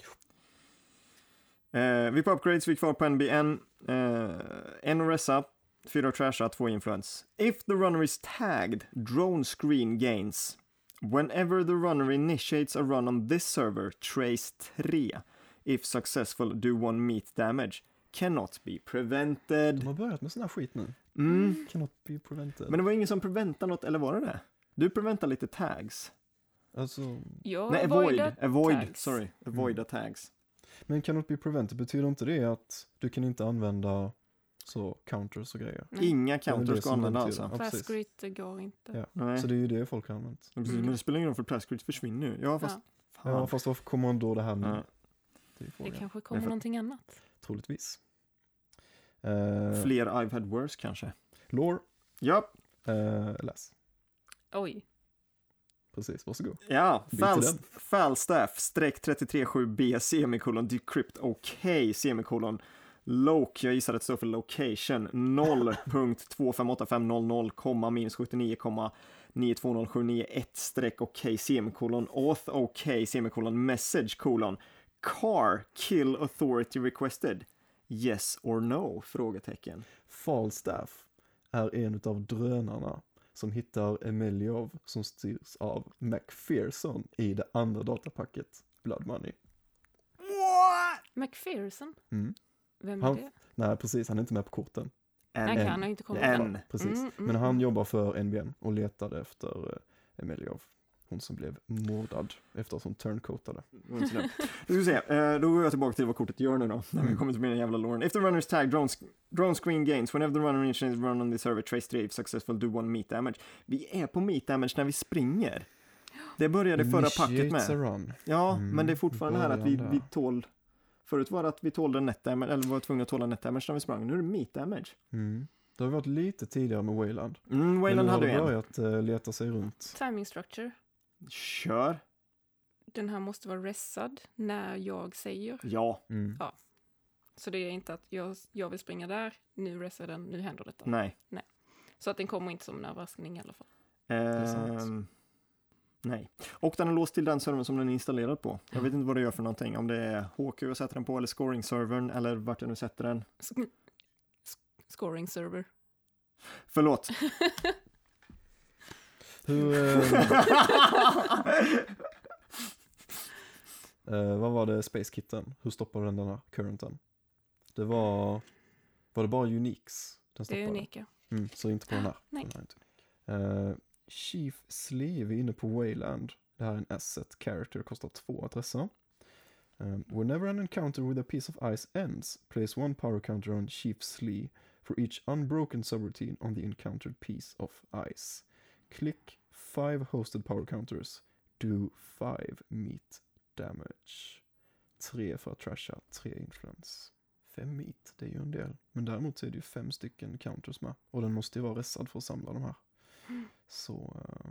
Eh, vi på upgrades, vi är kvar på N B N. Eh, en att resa, fyra att trasha, två influence. If the runner is tagged, drone screen gains. Whenever the runner initiates a run on this server, trace tre. If successful, do one meat damage. Cannot be prevented. De har börjat med sån här skit nu. Mm. Cannot be prevented. Men det var ingen som preventade något, eller var det det? Du preventar lite tags. Alltså, Jag Nej, avoid. avoidar Avoid, tags. sorry. Avoida tags. men cannot be prevented betyder inte det att du kan inte använda så counters och grejer? Nej. Inga Det är väl counters det ska som använda den alltså. betyder. Ja, Fast precis. grid går inte. Ja. Nej. Så det är ju det folk har använt. Ja, precis, Mm. Men det spelar ingen roll för Flash Grids försvinner ju. Ja, fast... Fan. Ja, fast varför kommer man då det här nu? Ja. Det är Det frågan. kanske kommer Därför- någonting annat. Troligtvis. Uh, Fler I've had worse kanske. Lore, Ja, uh, läs. Oj. Precis, varsågod. ja. Bit Fal- till den. Falstaff, streck tre tre sju B, semikolon, decrypt, okej, semikolon. Loke, jag gissar att det står för location, noll punkt två fem åtta fem noll noll, komma minus sjuttionio komma nio två noll sju nio ett, streck, okej, semikolon, auth, okej, semikolon, message, kolon, car, kill authority requested, yes or no, frågetecken. Falstaff är en av drönarna som hittar Emeliov som styrs av McPherson i det andra datapacket Blood Money. McPherson? Mm. Vem är Han- det? Nej, precis. Han är inte med på korten. En, Nej, en- han har inte kommit en. fram. Precis. Mm, mm, Men han mm. jobbar för N B N och letade efter uh, Emeliov. Hon som blev mördad efter att hon turncoatade. Då ska vi se, eh, då går jag tillbaka till vad kortet gör nu då. När vi Mm. kommer till mina jävla Lauren. If the runner's tag, drone, sc- drone screen gains, whenever the runner initiates run on the server, trace three, if successful, do one meat damage. Vi är på meat damage när vi springer. Det började i förra packet Initiates med. a run. Ja, Mm, men det är fortfarande här att vi, början vi där. tål... Förut var det att vi tålde net damage, eller var tvungna att tåla net damage när vi sprang. Nu är det meat damage. Mm. Det har varit lite tidigare med Wayland. Mm, Men Wayland nu har hade det en. börjat uh, leta sig runt. Timing structure. Kör. Den här måste vara ressad när jag säger. Ja. Mm. Så det är inte att jag, jag vill springa där, nu ressar den, nu händer detta. Nej. Så att den kommer inte som en överraskning i alla fall. är sant. Ehm, nej. Och den är låst till den servern som den är installerad på. Jag vet inte vad det gör för någonting. Om det är H Q jag sätter den på eller scoring-servern eller vart jag nu sätter den. Sk- sk- scoring server. Förlåt. Hur, eh, eh, vad var det Space-kitten? Hur stoppade den den här currenten? Det var, var det bara Uniques den Det är stoppade? unika. Mm, så inte på den här. Nej. Den här är inte unik. Eh, Chief Sleeve är inne på Wayland. Det här är en asset character, kostar två att resa. Um, whenever an encounter with a piece of ice ends, place one power counter on Chief Sleeve for each unbroken subroutine on the encountered piece of ice. Click five hosted power counters. Do five meat damage. Tre för att trasha, tre influence. Fem meat, det är ju en del. Men däremot så är det ju fem stycken counters med. Och den måste ju vara ressad för att samla de här. Mm. Så uh,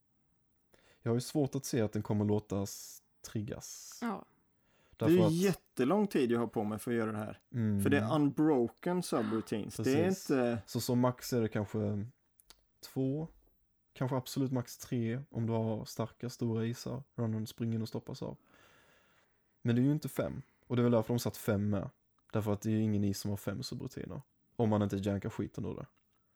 jag har ju svårt att se att den kommer låtas triggas. Ja. Det är ju jättelång tid jag har på mig för att göra det här. Mm, För det är unbroken subroutines. Det är Precis. inte... Så som max är det kanske två, kanske absolut max tre om du har starka, stora isar. Runnern springer in och stoppas av. Men det är ju inte fem. Och det är väl därför de satt fem med. Därför att det är ju ingen is som har fem subrutiner. Om man inte jankar skiten ur det.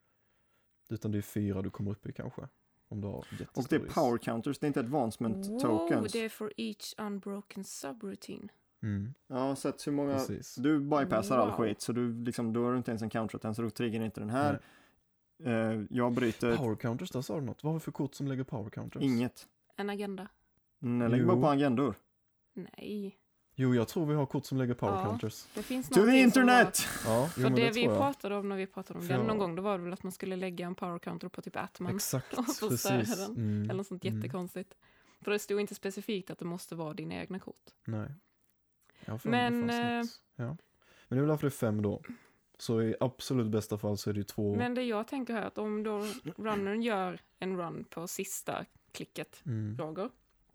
Utan det är fyra du kommer upp i kanske. Om du har jättestor Och det är is. power counters, det är inte advancement Wow, tokens. det är for each unbroken subroutine. Mm, Ja, så att hur många... precis. Du bypassar all Wow. skit, så du liksom, då har du inte ens en counter än, så du triggar inte den här. Uh, jag bryter Power counters, där sa du något. Vad har vi för kort som lägger power counters? inget. En agenda. Mm, jag lägger bara Jo. på agendor. Nej, Jo, jag tror vi har kort som lägger power Ja. counters. det finns To the någonting som var- internet! Ja, jo, För men det, det vi tror jag. pratade om när vi pratade om För den någon jag- gång, då var det väl att man skulle lägga en power counter på typ Atman. Exakt, Och så säger precis. den. Mm, Eller något sånt mm. jättekonstigt. För det stod inte specifikt att det måste vara dina egna kort. Nej. Jag har för mig Men, det fanns något. Ja. Men det är väl därför det är fem då. Så i absolut bästa fall så är det ju två. Men det jag tänker här, att om då runnern gör en run på sista klicket, Mm. Roger,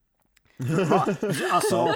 Va? Alltså,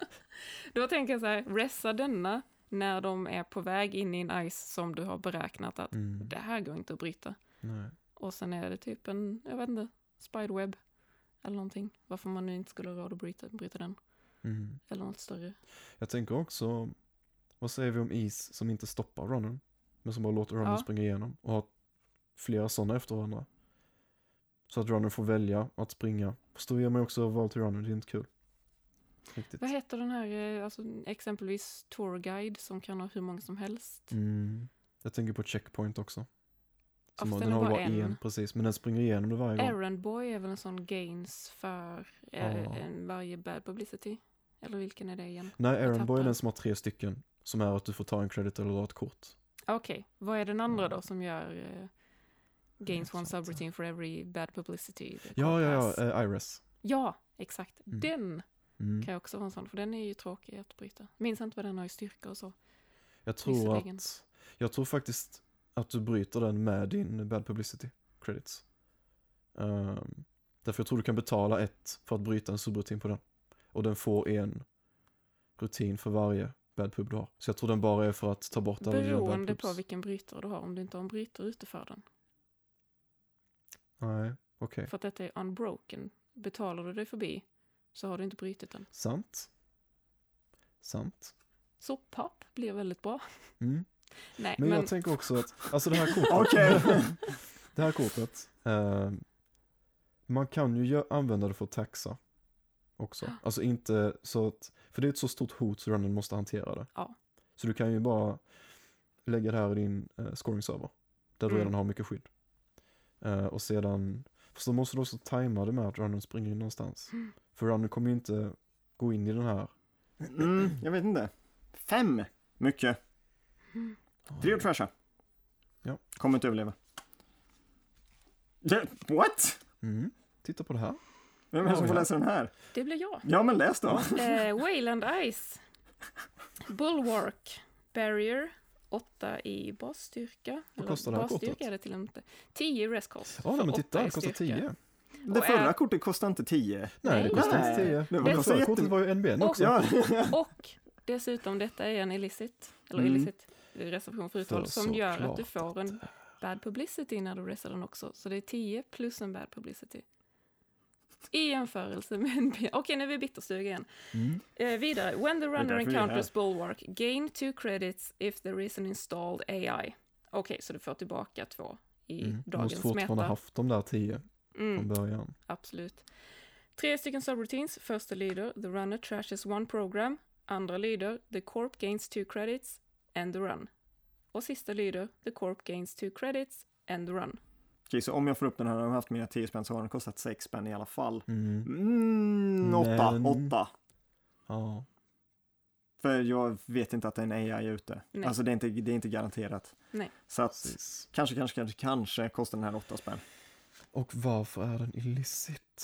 då tänker jag så här, ressa denna när de är på väg in i en ice som du har beräknat att Mm. det här går inte att bryta. Nej. Och sen är det typ en, jag vet inte, spiderweb eller någonting. Varför man nu inte skulle ha råd att bryta, bryta den. Mm. Eller något större. Jag tänker också, vad säger vi om is som inte stoppar runnen? Men som bara låter runnen Ja. springa igenom. Och har flera sådana efter varandra. Så att runnen får välja att springa. Fast då ger man ju också val till runnen, det är inte kul. Riktigt. Vad heter den här, eh, alltså exempelvis tourguide som kan ha hur många som helst? Mm. Jag tänker på checkpoint också. Ja, Som fast den den är har bara bara en. en. precis. Men den springer igenom det varje gång. Errand Boy är väl en sån gains för eh, Ja. en varje bad publicity? Eller vilken är det igen? Nej, Errand Boy är tappar. den som har tre stycken. Som är att du får ta en credit eller dra ett kort. Okej, vad är den andra då som gör eh, gains Jag one vet inte. subroutine for every bad publicity? the Ja, card ja, has? ja. Uh, Iris. Ja, exakt. Mm. Den Mm. kan jag också ha en sån, för den är ju tråkig att bryta. Minns inte vad den har i styrka och så. Jag tror Visserligen. att... Jag tror faktiskt att du bryter den med din bad publicity credits. Um, därför jag tror du kan betala ett för att bryta en subrutin på den. Och den får en rutin för varje bad pub du har. Så jag tror den bara är för att ta bort alla dina bad Beroende pubs. på vilken brytare du har, om du inte har en brytare ute för den. Nej, okej. För att detta är unbroken. Betalar du dig förbi så har du inte brytit den. Sant. Sant. Så papp blir väldigt bra. Mm. Nej, Men, men, jag tänker också att, alltså det här kortet. okej. Det här kortet. Eh, man kan ju gö- använda det för att taxa också. Alltså inte så att, för det är ett så stort hot så runnen måste hantera det. Ja. Så du kan ju bara lägga det här i din eh, scoring-server. Där du Mm. redan har mycket skydd. Eh, och sedan, fast då måste du också tajma det med att runnen springer in någonstans. Mm. För runnen kommer ju inte gå in i den här. Mm, jag vet inte. Fem. Mycket. Tre och trasha. Ja. Kommer inte överleva. Det, what? Mm. Titta på det här. Vem är det som Oj, får ja. läsa den här? det blir jag. Ja, men läs då. Eh, Wayland Ice. Bulwark. Barrier. åtta i basstyrka. Vad kostar det här basstyrka kortet? är det till och med. tio i restkost. Ja, för men åtta titta, i det kostar styrka. tio. Det Och förra är- kortet kostar inte tio. Nej, Nej. det kostar Nej. inte tio. Det Det var förra jätte- kortet var ju N B N också. Ja. Och dessutom, detta är en illicit, eller Mm. illicit reservation för uttal, För som gör att du såklart får en bad publicity när du resar den också. Så det är tio plus en bad publicity. I jämförelse med en B. Okej, nu är vi bitterstuga igen. Mm. Eh, vidare. When the runner därför vi är encounters Bulwark, gain two credits if there is an installed A I. Okej, så du får tillbaka två i Mm. Du dagens måste fortfarande meta. haft de där tio från Mm, början. absolut. Tre stycken subroutines. Första lyder The runner trashes one program. Andra lyder The corp gains two credits and the run. Och sista lyder The corp gains two credits and the run. Okej, så om jag får upp den här och jag har haft mina tio spänn så har den kostat sex spänn i alla fall. Mm. Mm, åtta, Men- åtta. Ja. För jag vet inte att det är en A I ute. Nej. Alltså det är, inte, det är inte garanterat. Nej. Så att Precis. kanske, kanske, kanske, kanske kostar den här åtta spänn. Och varför är den illicit?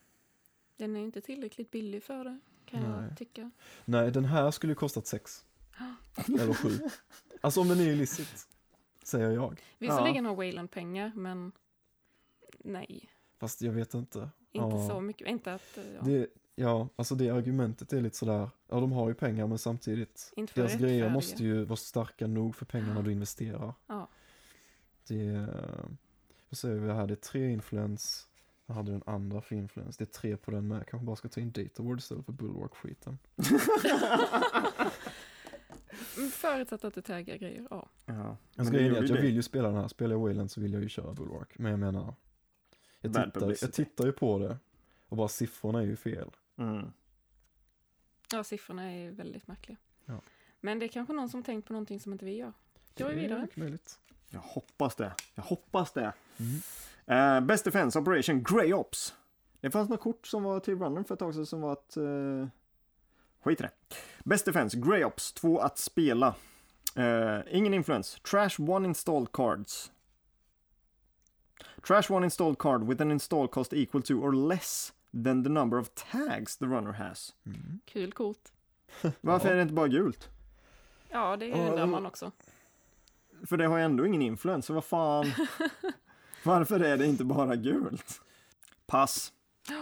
Den är inte tillräckligt billig för det, kan Nej. jag tycka. Nej, den här skulle ju kostat sex. Eller sju. Alltså om den är illicit, säger jag. Visserligen har Wayland pengar, men nej. Fast jag vet inte. Inte Ja. så mycket. Inte att, ja. Det, ja, alltså det argumentet är lite sådär. Ja, de har ju pengar men samtidigt. Inte för Deras grejer rättfärdiga. måste ju vara starka nog för pengarna du investerar. Ja. Det är, vad säger vi här, det är tre influens. Jag hade den andra för influens. Det är tre på den med. Kanske bara ska ta in Data Word istället för Bulwark-skiten. Mm, Förutsatt att du taggar grejer, ja. Ja. Alltså, grejen är att jag vill ju spela den här. Spelar jag Wayland så vill jag ju köra Bulwark. Men jag menar, jag Bad tittar, publicity. jag tittar ju på det. Och bara siffrorna är ju fel. Mm. Ja, siffrorna är väldigt märkliga. Ja. Men det är kanske någon som tänkt på någonting som inte vi gör. Går vi Det är vidare? mycket möjligt. Jag hoppas det. Jag hoppas det. Mm. Uh, Best Defense Operation Grey Ops. Det fanns något kort som var till runnern för ett tag sedan som var att... Uh... Skit i det. Best Defense Grey Ops. Två att spela. Uh, ingen influence. Trash one installed cards. Trash one installed card with an install cost equal to or less than the number of tags the runner has. Mm. Kul kort. Varför Ja. är det inte bara gult? Ja, det Ja, undrar ja. man också. För det har ju ändå ingen influens, så vad fan? Varför är det inte bara gult? Pass.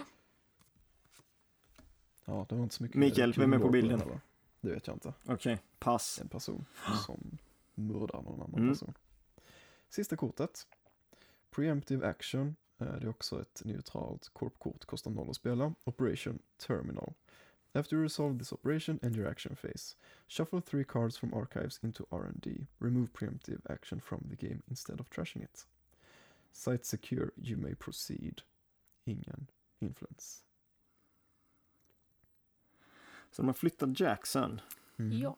Ja, det var inte så mycket. Mikael, vem är på bilden? Eller? Det vet jag inte. Okej, okay. Pass. En person som mördar någon annan Mm. person. Sista kortet. Preemptive Action. Eh, Det är också ett neutralt korpkort. Kostar noll att spela. Operation Terminal. After you resolve this operation and your action phase, shuffle three cards from archives into R and D. Remove preemptive action from the game instead of trashing it. Site secure, you may proceed. Ingen influence. Så de har flyttat Jackson. Mm. Ja.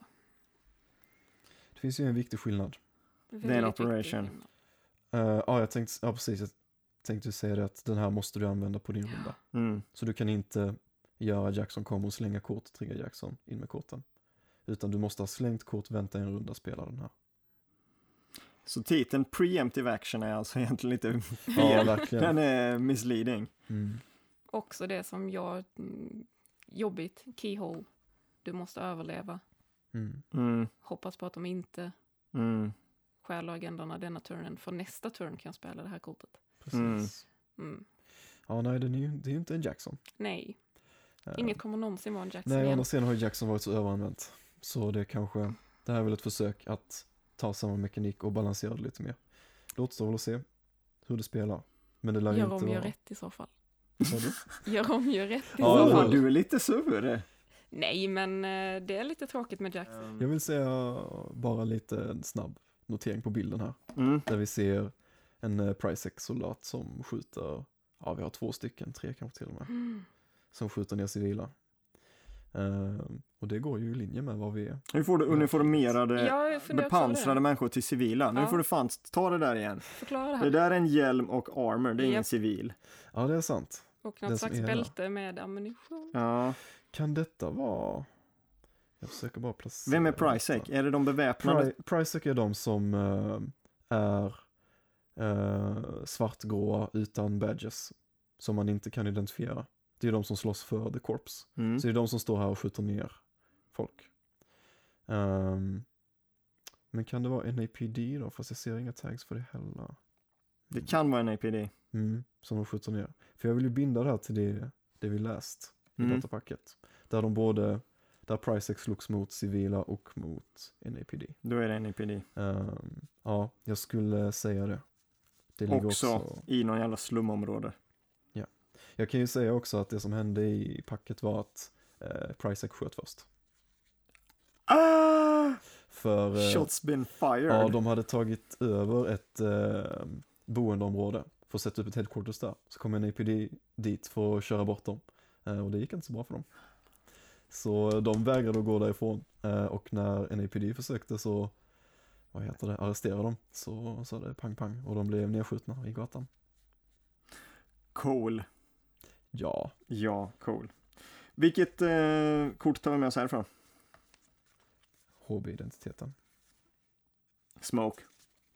Det finns ju en viktig skillnad. Väldigt är en viktig operation. skillnad. Uh, ja, jag tänkte, ja, precis. Jag tänkte säga det att den här måste du använda på din runda. Mm. Så du kan inte göra Jackson kommer och slänga kort, trigga Jackson in med korten. Utan du måste ha slängt kort, vänta en runda, spela den här. Så titeln Preemptive Action är alltså egentligen lite Ja, fel. verkligen. Den är misleading. Mm. Också det som jag... Mm, jobbigt. Keyhole. Du måste överleva. Mm. Mm. Hoppas på att de inte Mm. stjäler agendarna denna turnen. För nästa turn kan jag spela det här kortet. Precis. Mm. Mm. Ja, nej, den är ju, det är ju inte en Jackson. Nej, Uh, inget kommer någonsin vara en Jackson Nej, å igen. andra sidan har ju Jackson varit så överanvänt. Så det kanske, det här är väl ett försök att ta samma mekanik och balansera det lite mer. Det återstår väl att se hur det spelar. Men det lär ju Gör inte om, gör vara... rätt i så fall. Sa du? Gör om, gör rätt i Ja, så Åh, fall. du är lite sur. Nej, men eh, det är lite tråkigt med Jackson. Jag vill säga bara lite en snabb notering på bilden här. Mm. Där vi ser en uh, Pricex-soldat som skjuter, ja vi har två stycken, tre kanske till och med, Mm. som skjuter ner civila. Ehm, och det går ju i linje med vad vi är. Nu får du uniformerade, Jag funderar också på bepansrade det. människor till civila. Nu Ja. får du fan ta det där igen. Förklara det Det här. där är en hjälm och armor, det är ingen Japp. civil. Ja, det är sant. Och den något som slags är där. bälte med ammunition. Ja. Kan detta vara... Jag försöker bara placera... Vem är Priceek? Är det de beväpnade? Pri- Priceek är de som eh, är uh, svartgråa utan badges. Som man inte kan identifiera. Det är de som slåss för The Corps. Mm. Så det är de som står här och skjuter ner folk. Ehm, men kan det vara N A P D då? Fast jag ser inga tags för det heller. Det kan vara en A P D. Mm, som de skjuter ner. För jag vill ju binda det här till det, det vi läst i Mm. datapacket. Där de både, där Pricex slogs mot civila och mot N A P D. Då är det en A P D. Ehm, ja, jag skulle säga det. Det ligger Också, också... i någon jävla slumområde. Jag kan ju säga också att det som hände i packet var att eh, Pricex sköt först. Ah! För... eh, Shots been fired. Ja, de hade tagit över ett eh, boendeområde för att sätta upp ett headquarters där. Så kom en A P D dit för att köra bort dem. Eh, och det gick inte så bra för dem. Så de vägrade att gå därifrån. Eh, och när en A P D försökte så, vad heter det, arrestera dem. Så sa det pang pang och de blev nedskjutna i gatan. Cool. Ja, Ja, cool. Vilket eh, kort tar vi med oss härifrån? H B-identiteten. Smoke.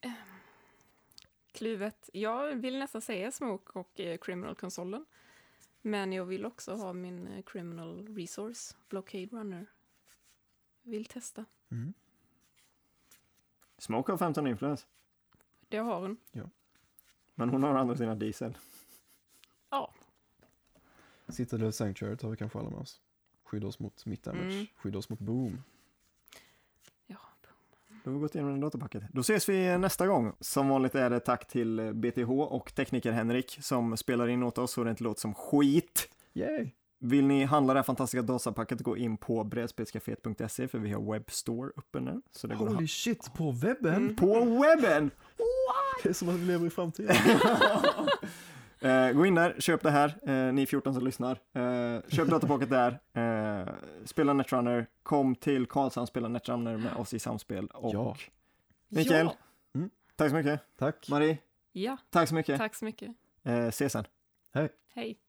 Kluvet. Jag vill nästan säga Smoke och eh, Criminal-konsolen. Men jag vill också ha min eh, Criminal Resource Blockade Runner. Vill testa. Mm. Smoke har femton influence. Det har hon. Men hon har andra sina diesel. Ja. Citadel Sanctuary tar vi kanske alla med oss. Skydda oss mot mitt damage. Mm. Skydda oss mot boom. Ja. Då har vi gått igenom det datapacket. Då ses vi nästa gång. Som vanligt är det tack till B T H och tekniker Henrik som spelar in åt oss så det inte låter som skit. Yay! Vill ni handla det här fantastiska datapacket, gå in på brädspelscaféet punkt se för vi har webbstore uppe nu. Så det går att Holy shit, på webben! Mm. på webben! Det är som att vi lever i framtiden. Eh, gå in där, köp det här, eh, ni fjorton som lyssnar. Eh, köp datapacket där, eh, spela Netrunner, kom till Karlshamn, spela Netrunner med oss i samspel. Och Ja. Mikael, Ja. Mm. tack så mycket. Tack. Marie, Ja, tack så mycket. tack så mycket. Eh, ses sen. Hej. Hej.